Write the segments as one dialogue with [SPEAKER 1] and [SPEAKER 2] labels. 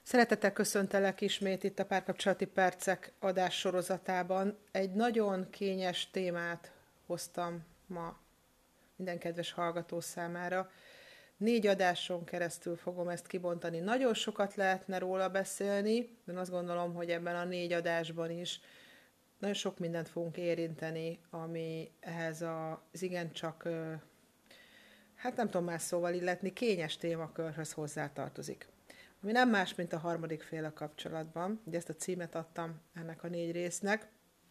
[SPEAKER 1] Szeretettel köszöntelek ismét itt a Párkapcsolati Percek adássorozatában. Egy nagyon kényes témát hoztam ma minden kedves hallgató számára. 4 adáson keresztül fogom ezt kibontani. Nagyon sokat lehetne róla beszélni, de azt gondolom, hogy ebben a 4 adásban is nagyon sok mindent fogunk érinteni, ami ehhez az igencsak, hát nem tudom más szóval illetni, kényes témakörhöz hozzátartozik. Ami nem más, mint a harmadik fél a kapcsolatban. Ugye ezt a címet adtam ennek a 4 résznek.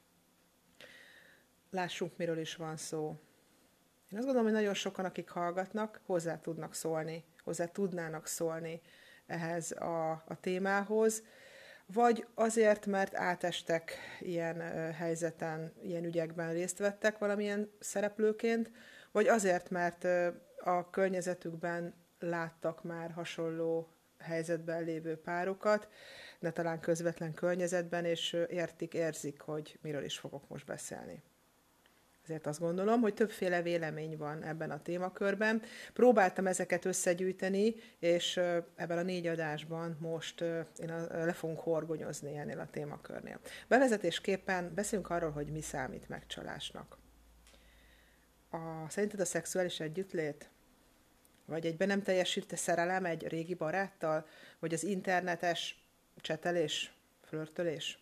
[SPEAKER 1] Lássunk, miről is van szó. Én azt gondolom, hogy nagyon sokan, akik hallgatnak, hozzá tudnak szólni, hozzá tudnának szólni ehhez a témához, vagy azért, mert átestek ilyen helyzeten, ilyen ügyekben részt vettek valamilyen szereplőként, vagy azért, mert a környezetükben láttak már hasonló helyzetben lévő párokat, de talán közvetlen környezetben, és érzik, hogy miről is fogok most beszélni. Ezért azt gondolom, hogy többféle vélemény van ebben a témakörben. Próbáltam ezeket összegyűjteni, és ebben a 4 adásban most le fogunk horgonyozni ennél a témakörnél. Bevezetésképpen beszélünk arról, hogy mi számít megcsalásnak. Szerinted a szexuális együttlét? Vagy egy be nem teljesített szerelem egy régi baráttal? Vagy az internetes csetelés, flörtölés?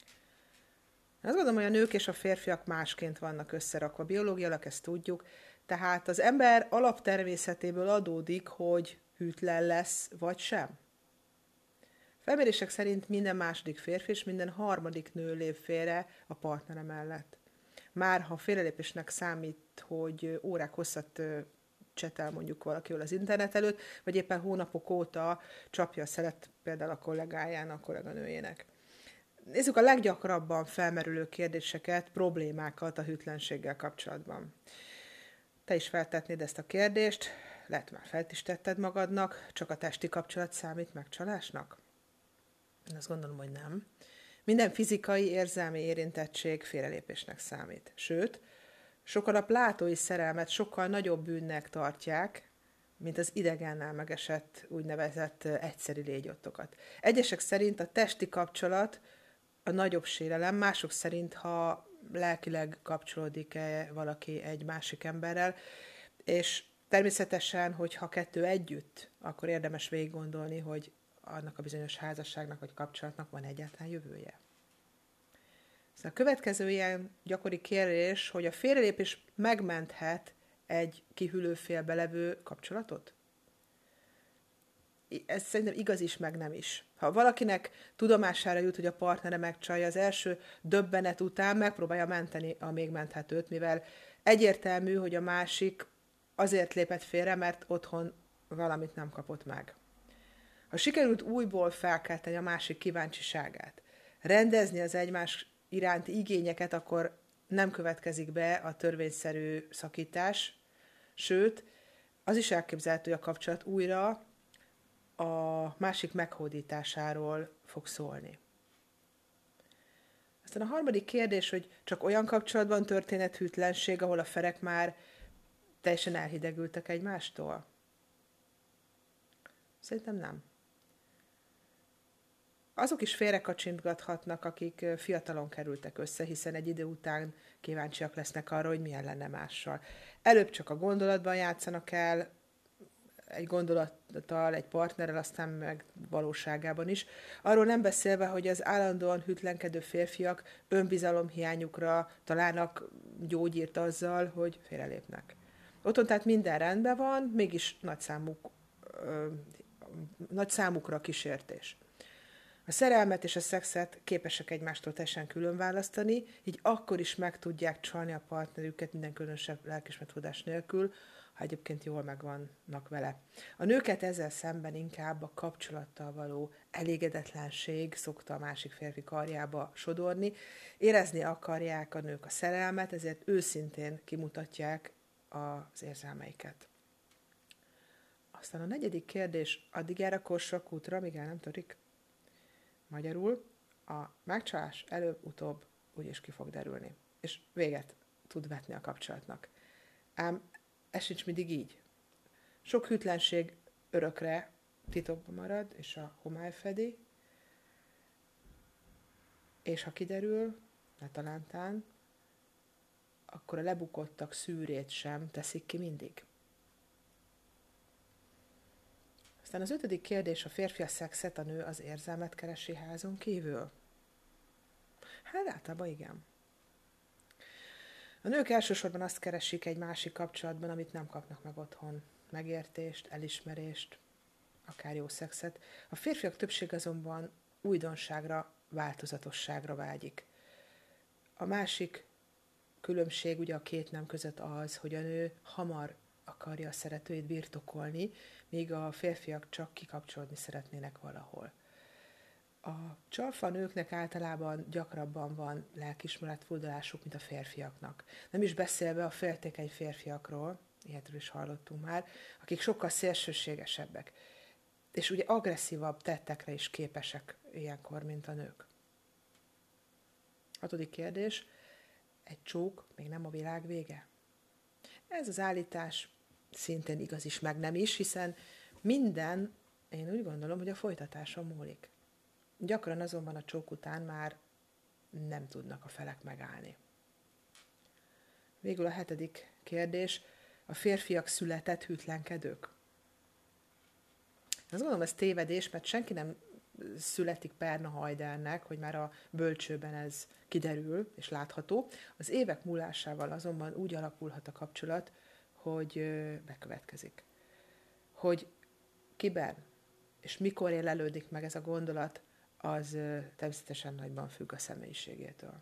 [SPEAKER 1] Azt gondolom, hogy a nők és a férfiak másként vannak összerakva. Biológiailag ezt tudjuk. Tehát az ember alaptermészetéből adódik, hogy hűtlen lesz, vagy sem. Felmérések szerint minden második férfi és minden harmadik nő lép félre a partnere mellett. Már ha félrelépésnek számít, hogy órák hosszat csetel mondjuk valakivel az internet előtt, vagy éppen hónapok óta csapja a szelet például a kollégájának, a kolléganőjének. Nézzük a leggyakrabban felmerülő kérdéseket, problémákat a hűtlenséggel kapcsolatban. Te is feltetnéd ezt a kérdést, lehet már felt is tetted magadnak, csak a testi kapcsolat számít megcsalásnak? Én azt gondolom, hogy nem. Minden fizikai, érzelmi érintettség félrelépésnek számít. Sőt, sokan a plátói szerelmet sokkal nagyobb bűnnek tartják, mint az idegennel megesett úgynevezett egyszeri légyottokat. Egyesek szerint a testi kapcsolat a nagyobb sérelem, mások szerint, ha lelkileg kapcsolódik-e valaki egy másik emberrel, és természetesen, hogyha 2 együtt, akkor érdemes végig gondolni, hogy annak a bizonyos házasságnak vagy kapcsolatnak van egyáltalán jövője. Szóval a következő ilyen gyakori kérdés, hogy a félrelépés megmenthet egy kihűlő félbe levő kapcsolatot? Ez szerintem igaz is, meg nem is. Ha valakinek tudomására jut, hogy a partnere megcsalja, az első döbbenet után megpróbálja menteni a még menthetőt, mivel egyértelmű, hogy a másik azért lépett félre, mert otthon valamit nem kapott meg. Ha sikerült újból felkelteni a másik kíváncsiságát, rendezni az egymás iránti igényeket, akkor nem következik be a törvényszerű szakítás, sőt, az is elképzelhető, hogy a kapcsolat újra a másik meghódításáról fog szólni. Aztán a harmadik kérdés, hogy csak olyan kapcsolatban történhet hűtlenség, ahol a felek már teljesen elhidegültek egymástól? Szerintem nem. Azok is félrekacsintgathatnak, akik fiatalon kerültek össze, hiszen egy idő után kíváncsiak lesznek arra, hogy milyen lenne mással. Előbb csak a gondolatban játszanak el, egy gondolattal, egy partnerrel, aztán meg valóságában is. Arról nem beszélve, hogy az állandóan hűtlenkedő férfiak önbizalomhiányukra találnak gyógyírt azzal, hogy félrelépnek. Otthon tehát minden rendben van, mégis nagy számukra kísértés. A szerelmet és a szexet képesek egymástól teljesen külön választani, így akkor is meg tudják csalni a partnerüket minden különösebb lelkismerettudás nélkül, ha egyébként jól megvannak vele. A nőket ezzel szemben inkább a kapcsolattal való elégedetlenség szokta a másik férfi karjába sodorni. Érezni akarják a nők a szerelmet, ezért őszintén kimutatják az érzelmeiket. Aztán a negyedik kérdés, addig jár a korsak útra, míg el nem törik? Magyarul, a megcsalás előbb-utóbb úgyis ki fog derülni, és véget tud vetni a kapcsolatnak. Ám ez sincs mindig így. Sok hűtlenség örökre titokban marad, és a homály fedi, és ha kiderül, ne talántán, akkor a lebukottak szűrét sem teszik ki mindig. Aztán az 5. kérdés, a férfi a szexet, a nő az érzelmet keresi házon kívül? Hát általában igen. A nők elsősorban azt keresik egy másik kapcsolatban, amit nem kapnak meg otthon. Megértést, elismerést, akár jó szexet. A férfiak többség azonban újdonságra, változatosságra vágyik. A másik különbség ugye a két nem között az, hogy a nő hamar akarja a szeretőjét birtokolni, míg a férfiak csak kikapcsolódni szeretnének valahol. A csalfa nőknek általában gyakrabban van lelkiismeret furdalásuk, mint a férfiaknak. Nem is beszélve a féltékeny férfiakról, ilyetről is hallottunk már, akik sokkal szélsőségesebbek, és ugye agresszívabb tettekre is képesek ilyenkor, mint a nők. 6. kérdés, egy csók még nem a világ vége? Ez az állítás szintén igaz is, meg nem is, hiszen minden, én úgy gondolom, hogy a folytatáson múlik. Gyakran azonban a csók után már nem tudnak a felek megállni. Végül a 7. kérdés, a férfiak született hűtlenkedők? Azt gondolom, ez tévedés, mert senki nem születik Perna Hajdernek, hogy már a bölcsőben ez kiderül és látható. Az évek múlásával azonban úgy alakulhat a kapcsolat, hogy bekövetkezik. Hogy kiben és mikor élelődik meg ez a gondolat, az természetesen nagyban függ a személyiségétől.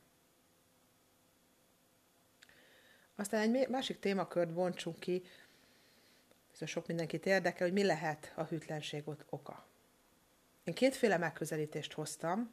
[SPEAKER 1] Aztán egy másik témakört bontsunk ki, ez sok mindenkit érdekel, hogy mi lehet a hűtlenség oka. Én kétféle megközelítést hoztam,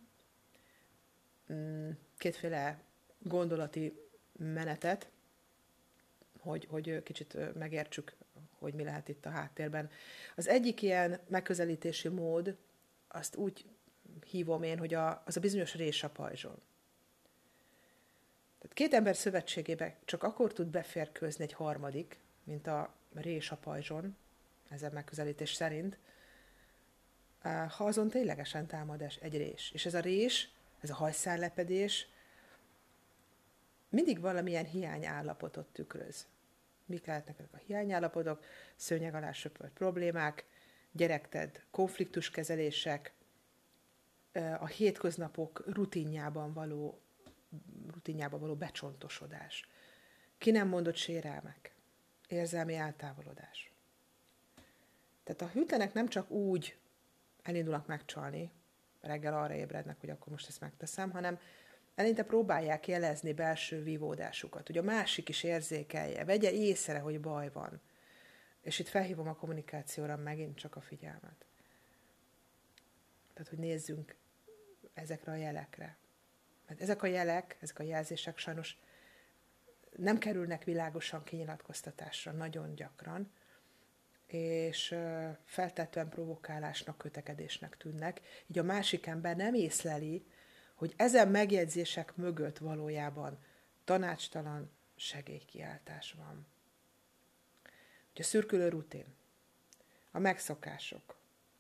[SPEAKER 1] kétféle gondolati menetet, hogy kicsit megértsük, hogy mi lehet itt a háttérben. Az egyik ilyen megközelítési mód, azt úgy hívom én, hogy az a bizonyos rés a pajzson. Tehát két ember szövetségébe csak akkor tud beférkőzni egy harmadik, mint a rés a pajzson, ezen megközelítés szerint, ha azon ténylegesen támad egy rés. És ez a rés, ez a hajszállepedés mindig valamilyen hiányállapotot tükröz. Mik lehetnek ezek a hiányállapotok? Szőnyeg alá söpört problémák, gyerekted konfliktuskezelések, a hétköznapok rutinjában való becsontosodás, ki nem mondott sérelmek, érzelmi eltávolodás. Tehát a hűtlenek nem csak úgy elindulnak megcsalni, reggel arra ébrednek, hogy akkor most ezt megteszem, hanem eleinte próbálják jelezni belső vívódásukat, hogy a másik is érzékelje, vegye észre, hogy baj van. És itt felhívom a kommunikációra megint csak a figyelmet. Tehát, hogy nézzünk ezekre a jelekre. Mert ezek a jelek, ezek a jelzések sajnos nem kerülnek világosan kinyilatkoztatásra nagyon gyakran, és feltetően provokálásnak, kötekedésnek tűnnek. Így a másik ember nem észleli, hogy ezen megjegyzések mögött valójában tanácstalan segélykiáltás van. Ugye a szürkülő rutin, a megszokások,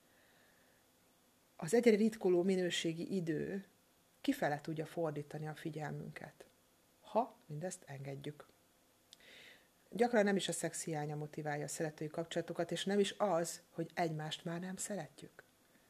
[SPEAKER 1] az egyre ritkuló minőségi idő kifele tudja fordítani a figyelmünket, ha mindezt engedjük. Gyakran nem is a szex hiánya motiválja a szeretői kapcsolatokat, és nem is az, hogy egymást már nem szeretjük.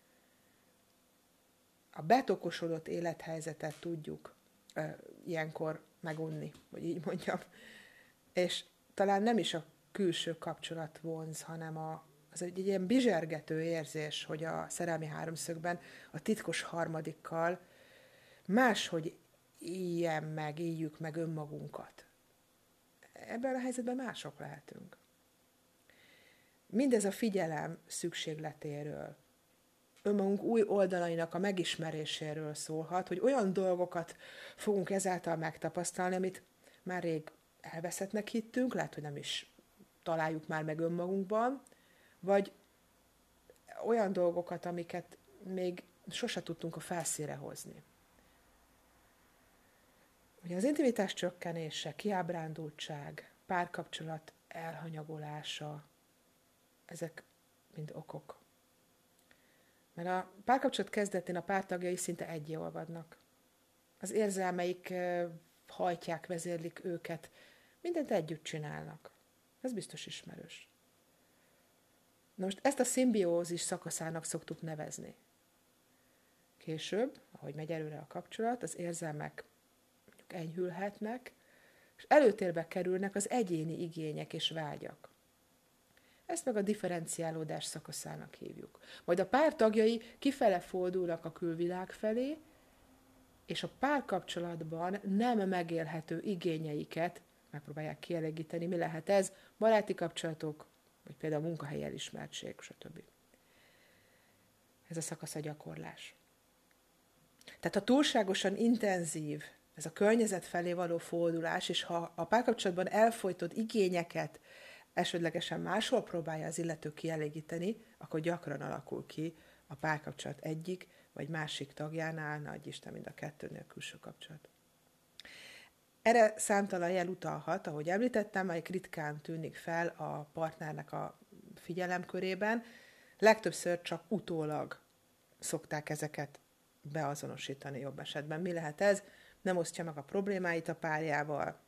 [SPEAKER 1] A betokosodott élethelyzetet tudjuk ilyenkor megunni, hogy így mondjam. És talán nem is a külső kapcsolat vonz, hanem az egy ilyen bizsergető érzés, hogy a szerelmi háromszögben a titkos harmadikkal máshogy éljük meg önmagunkat. Ebben a helyzetben mások lehetünk. Mindez a figyelem szükségletéről, önmagunk új oldalainak a megismeréséről szólhat, hogy olyan dolgokat fogunk ezáltal megtapasztalni, amit már rég elveszettnek hittünk, lehet, hogy nem is találjuk már meg önmagunkban, vagy olyan dolgokat, amiket még sose tudtunk a felszínre hozni. Ugye az intimitás csökkenése, kiábrándultság, párkapcsolat elhanyagolása, ezek mind okok Mert a párkapcsolat kezdetén a pártagjai szinte egyé olvadnak. Az érzelmeik hajtják, vezérlik őket. Mindent együtt csinálnak. Ez biztos ismerős. Na most ezt a szimbiózis szakaszának szoktuk nevezni. Később, ahogy megy előre a kapcsolat, az érzelmek mondjuk enyhülhetnek, és előtérbe kerülnek az egyéni igények és vágyak. Ezt meg a differenciálódás szakaszának hívjuk. Majd a pár tagjai kifele fordulnak a külvilág felé, és a párkapcsolatban nem megélhető igényeiket megpróbálják kielégíteni. Mi lehet ez? Baráti kapcsolatok, vagy például munkahelyi elismertség, stb. Ez a szakasz a gyakorlás. Tehát ha túlságosan intenzív ez a környezet felé való fordulás, és ha a párkapcsolatban elfojtott igényeket esetlegesen máshol próbálja az illető kielégíteni, akkor gyakran alakul ki a párkapcsolat egyik vagy másik tagjánál, nagy Isten mind a kettőnél külső kapcsolat. Erre számtalan jel utalhat, ahogy említettem, melyik ritkán tűnik fel a partnernek a figyelemkörében. Legtöbbször csak utólag szokták ezeket beazonosítani jobb esetben. Mi lehet ez? Nem osztja meg a problémáit a párjával,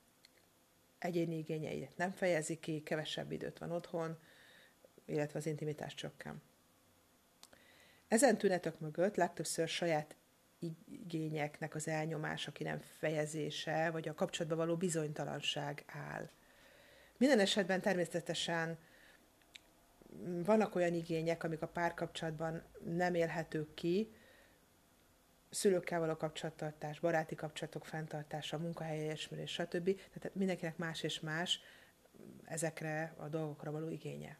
[SPEAKER 1] egyéni igényeit nem fejezi ki, kevesebb időt van otthon, illetve az intimitás csökken. Ezen tünetek mögött legtöbbször saját igényeknek az elnyomása, ki nem fejezése, vagy a kapcsolatban való bizonytalanság áll. Minden esetben természetesen vannak olyan igények, amik a párkapcsolatban nem élhetők ki, szülőkkel való kapcsolattartás, baráti kapcsolatok fenntartása, munkahelyi elismerés, stb. Tehát mindenkinek más és más ezekre a dolgokra való igénye.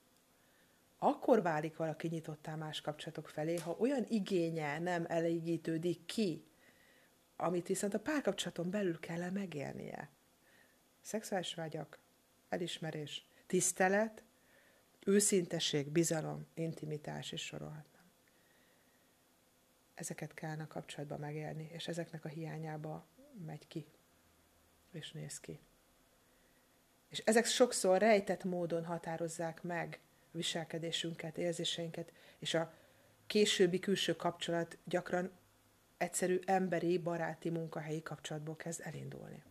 [SPEAKER 1] Akkor válik valaki nyitottá más kapcsolatok felé, ha olyan igénye nem elégítődik ki, amit viszont a párkapcsolaton belül kell megélnie. Szexuális vágyak, elismerés, tisztelet, őszintesség, bizalom, intimitás és sorolhatnám. Ezeket kellene a kapcsolatban megélni, és ezeknek a hiányába megy ki, és néz ki. És ezek sokszor rejtett módon határozzák meg a viselkedésünket, érzéseinket, és a későbbi külső kapcsolat gyakran egyszerű emberi, baráti, munkahelyi kapcsolatból kezd elindulni.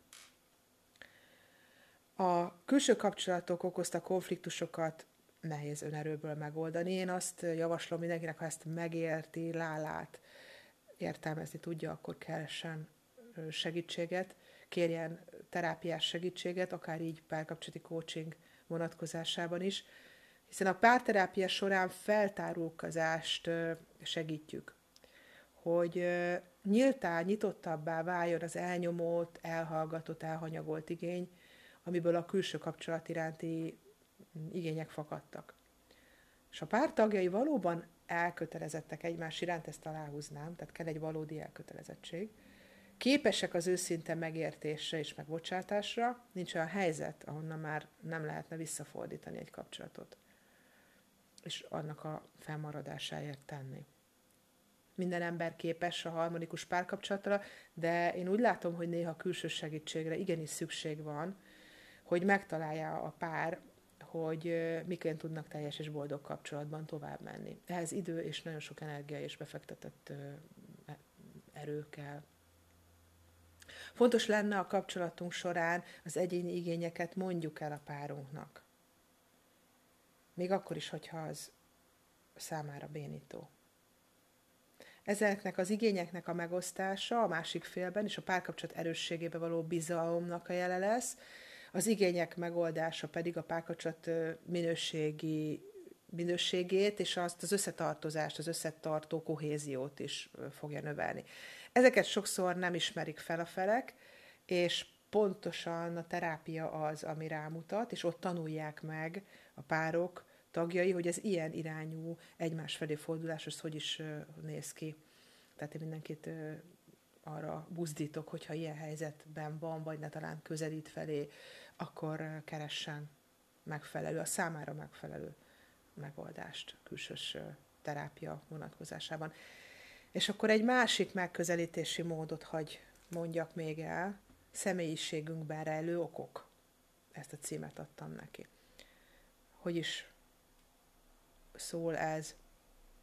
[SPEAKER 1] A külső kapcsolatok okozta konfliktusokat nehéz önerőből megoldani. Én azt javaslom mindenkinek, ha ezt megérti, lálát, értelmezni tudja, akkor keressen segítséget, kérjen terápiás segítséget, akár így párkapcsolati coaching vonatkozásában is, hiszen a párterápia során feltárulkozást segítjük, hogy nyitottabbá váljon az elnyomott, elhallgatott, elhanyagolt igény, amiből a külső kapcsolat iránti igények fakadtak. És a pár tagjai valóban elkötelezettek egymás iránt, ezt aláhúznám, tehát kell egy valódi elkötelezettség, képesek az őszinte megértésre és megbocsátásra, nincs olyan helyzet, ahonnan már nem lehetne visszafordítani egy kapcsolatot, és annak a fennmaradásáért tenni. Minden ember képes a harmonikus párkapcsolatra, de én úgy látom, hogy néha külső segítségre igenis szükség van, hogy megtalálja a pár, hogy miként tudnak teljes és boldog kapcsolatban tovább menni. Ehhez idő és nagyon sok energia és befektetett erő kell. Fontos lenne a kapcsolatunk során az egyéni igényeket mondjuk el a párunknak. Még akkor is, hogyha az számára bénító. Ezeknek az igényeknek a megosztása a másik félben és a párkapcsolat erősségébe való bizalomnak a jele lesz, az igények megoldása pedig a párkapcsolat minőségét és azt az összetartozást, az összetartó kohéziót is fogja növelni. Ezeket sokszor nem ismerik fel a felek, és pontosan a terápia az, ami rámutat, és ott tanulják meg a párok tagjai, hogy ez ilyen irányú egymás felé fordulás, az hogy is néz ki. Tehát én mindenkit arra buzdítok, hogyha ilyen helyzetben van, vagy ne talán közelít felé, akkor keressen megfelelő, a számára megfelelő megoldást külsős terápia vonatkozásában. És akkor egy másik megközelítési módot hagy mondjak még el, személyiségünkben rejlő okok. Ezt a címet adtam neki. Hogy is szól ez?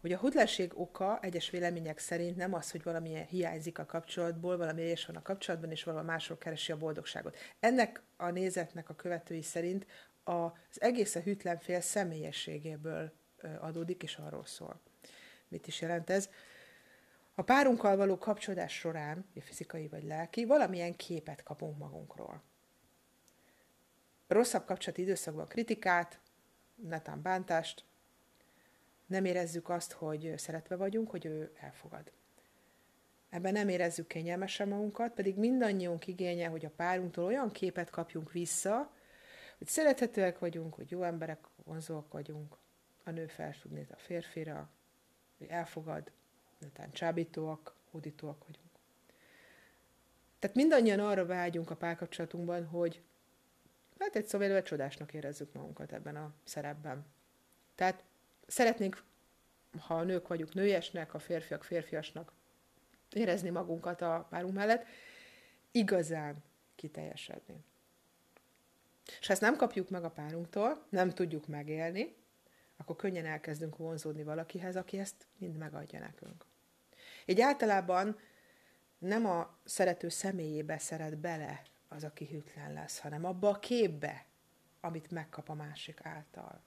[SPEAKER 1] hogy a hűtlenség oka egyes vélemények szerint nem az, hogy valami hiányzik a kapcsolatból, valami és van a kapcsolatban, és valami másról keresi a boldogságot. Ennek a nézetnek a követői szerint az egész a hűtlen fél személyességéből adódik, és arról szól. Mit is jelent ez? A párunkkal való kapcsolódás során, fizikai vagy lelki, valamilyen képet kapunk magunkról. Rosszabb kapcsolati időszakban kritikát, netán bántást, nem érezzük azt, hogy szeretve vagyunk, hogy ő elfogad. Ebben nem érezzük kényelmesen magunkat, pedig mindannyiunk igénye, hogy a párunktól olyan képet kapjunk vissza, hogy szerethetőek vagyunk, hogy jó emberek, vonzóak vagyunk, a nő fel tud nézni a férfira, hogy elfogad, netán csábítóak, hódítóak vagyunk. Tehát mindannyian arra vágyunk a párkapcsolatunkban, hogy hát egy szóval csodásnak érezzük magunkat ebben a szerepben. Tehát szeretnénk, ha a nők vagyunk nőiesnek, a férfiak férfiasnak érezni magunkat a párunk mellett, igazán kiteljesedni. És ha ezt nem kapjuk meg a párunktól, nem tudjuk megélni, akkor könnyen elkezdünk vonzódni valakihez, aki ezt mind megadja nekünk. Így általában nem a szerető személyébe szeret bele az, aki hűtlen lesz, hanem abba a képbe, amit megkap a másik által.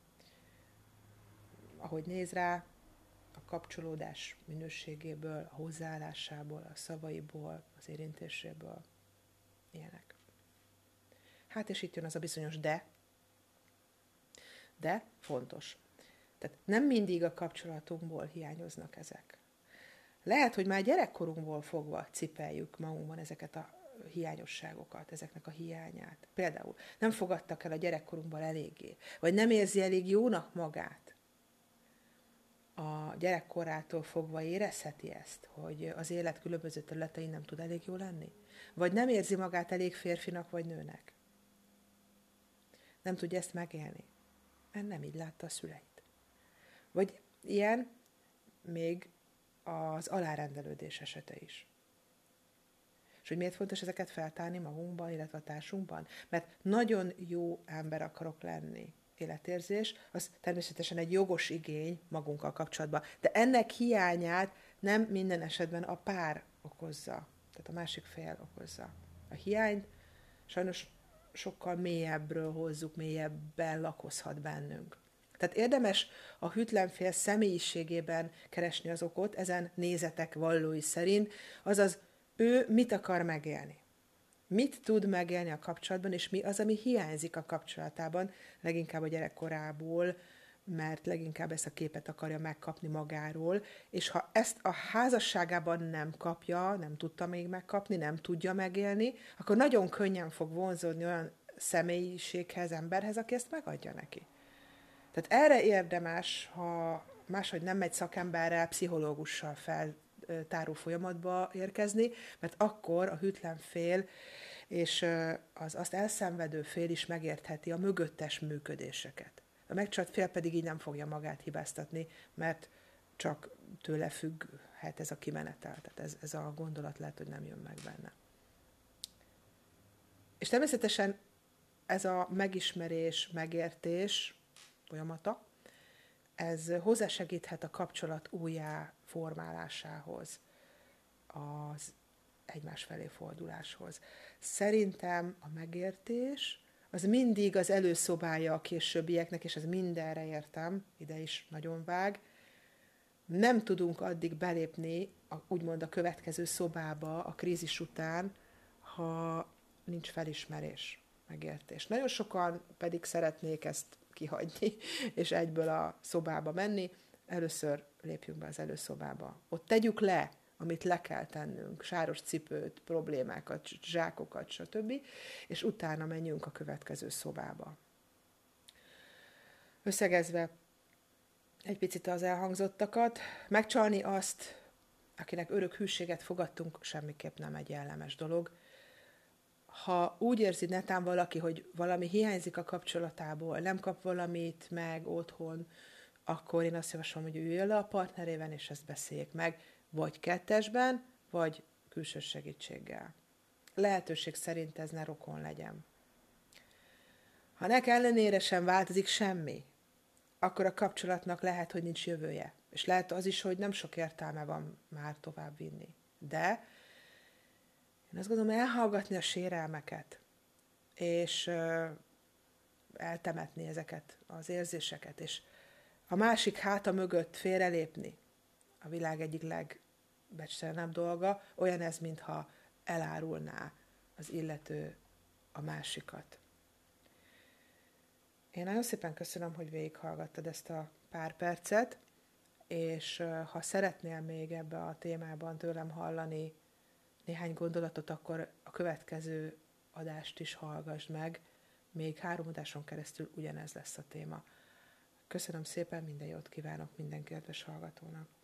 [SPEAKER 1] Ahogy néz rá, a kapcsolódás minőségéből, a hozzáállásából, a szavaiból, az érintéséből. Ilyenek. Hát és itt jön az a bizonyos de. De fontos. Tehát nem mindig a kapcsolatunkból hiányoznak ezek. Lehet, hogy már gyerekkorunkból fogva cipeljük magunkban ezeket a hiányosságokat, ezeknek a hiányát. Például nem fogadtak el a gyerekkorunkban eléggé, vagy nem érzi elég jónak magát. A gyerekkorától fogva érezheti ezt, hogy az élet különböző területein nem tud elég jó lenni? Vagy nem érzi magát elég férfinak vagy nőnek? Nem tudja ezt megélni, mert nem így látta a szüleit. Vagy ilyen még az alárendelődés esete is. És hogy miért fontos ezeket feltárni magunkban, illetve a társunkban? Mert nagyon jó ember akarok lenni. Életérzés, az természetesen egy jogos igény magunkkal kapcsolatban. De ennek hiányát nem minden esetben a pár okozza. Tehát a másik fél okozza. A hiányt sajnos sokkal mélyebbről hozzuk, mélyebben lakozhat bennünk. Tehát érdemes a hűtlen fél személyiségében keresni az okot, ezen nézetek vallói szerint, azaz ő mit akar megélni. Mit tud megélni a kapcsolatban, és mi az, ami hiányzik a kapcsolatában, leginkább a gyerekkorából, mert leginkább ezt a képet akarja megkapni magáról, és ha ezt a házasságában nem kapja, nem tudta még megkapni, nem tudja megélni, akkor nagyon könnyen fog vonzódni olyan személyiséghez, emberhez, aki ezt megadja neki. Tehát erre érdemes, ha máshogy nem megy szakemberrel, pszichológussal feltáró folyamatba érkezni, mert akkor a hűtlen fél és az azt elszenvedő fél is megértheti a mögöttes működéseket. A megcsalt fél pedig így nem fogja magát hibáztatni, mert csak tőle függhet ez a kimenetel. Tehát ez a gondolat lehet, hogy nem jön meg benne. És természetesen ez a megismerés, megértés folyamata, ez hozzásegíthet a kapcsolat újjá formálásához, az egymás felé forduláshoz. Szerintem a megértés az mindig az előszobája a későbbieknek, és ez mindenre értem, ide is nagyon vág. Nem tudunk addig belépni, úgymond a következő szobába a krízis után, ha nincs felismerés, megértés. Nagyon sokan pedig szeretnék ezt kihagyni, és egyből a szobába menni. Először lépjünk be az előszobába. Ott tegyük le, amit le kell tennünk, sáros cipőt, problémákat, zsákokat, stb. És utána menjünk a következő szobába. Összegezve egy picit az elhangzottakat, megcsalni azt, akinek örök hűséget fogadtunk, semmiképp nem egy jellemes dolog. Ha úgy érzi netán valaki, hogy valami hiányzik a kapcsolatából, nem kap valamit meg otthon, akkor én azt javaslom, hogy üljön le a partnerével, és ezt beszéljék meg, vagy kettesben, vagy külső segítséggel. Lehetőség szerint ez ne rokon legyen. Ha nek ellenére sem változik semmi, akkor a kapcsolatnak lehet, hogy nincs jövője. És lehet az is, hogy nem sok értelme van már tovább vinni. De én azt gondolom, elhallgatni a sérelmeket, és eltemetni ezeket az érzéseket, és a másik háta mögött félrelépni, a világ egyik legbecstelenebb dolga, olyan ez, mintha elárulná az illető a másikat. Én nagyon szépen köszönöm, hogy végighallgattad ezt a pár percet, és ha szeretnél még ebbe a témában tőlem hallani néhány gondolatot, akkor a következő adást is hallgassd meg, még 3 adáson keresztül ugyanez lesz a téma. Köszönöm szépen, minden jót kívánok minden kedves hallgatónak!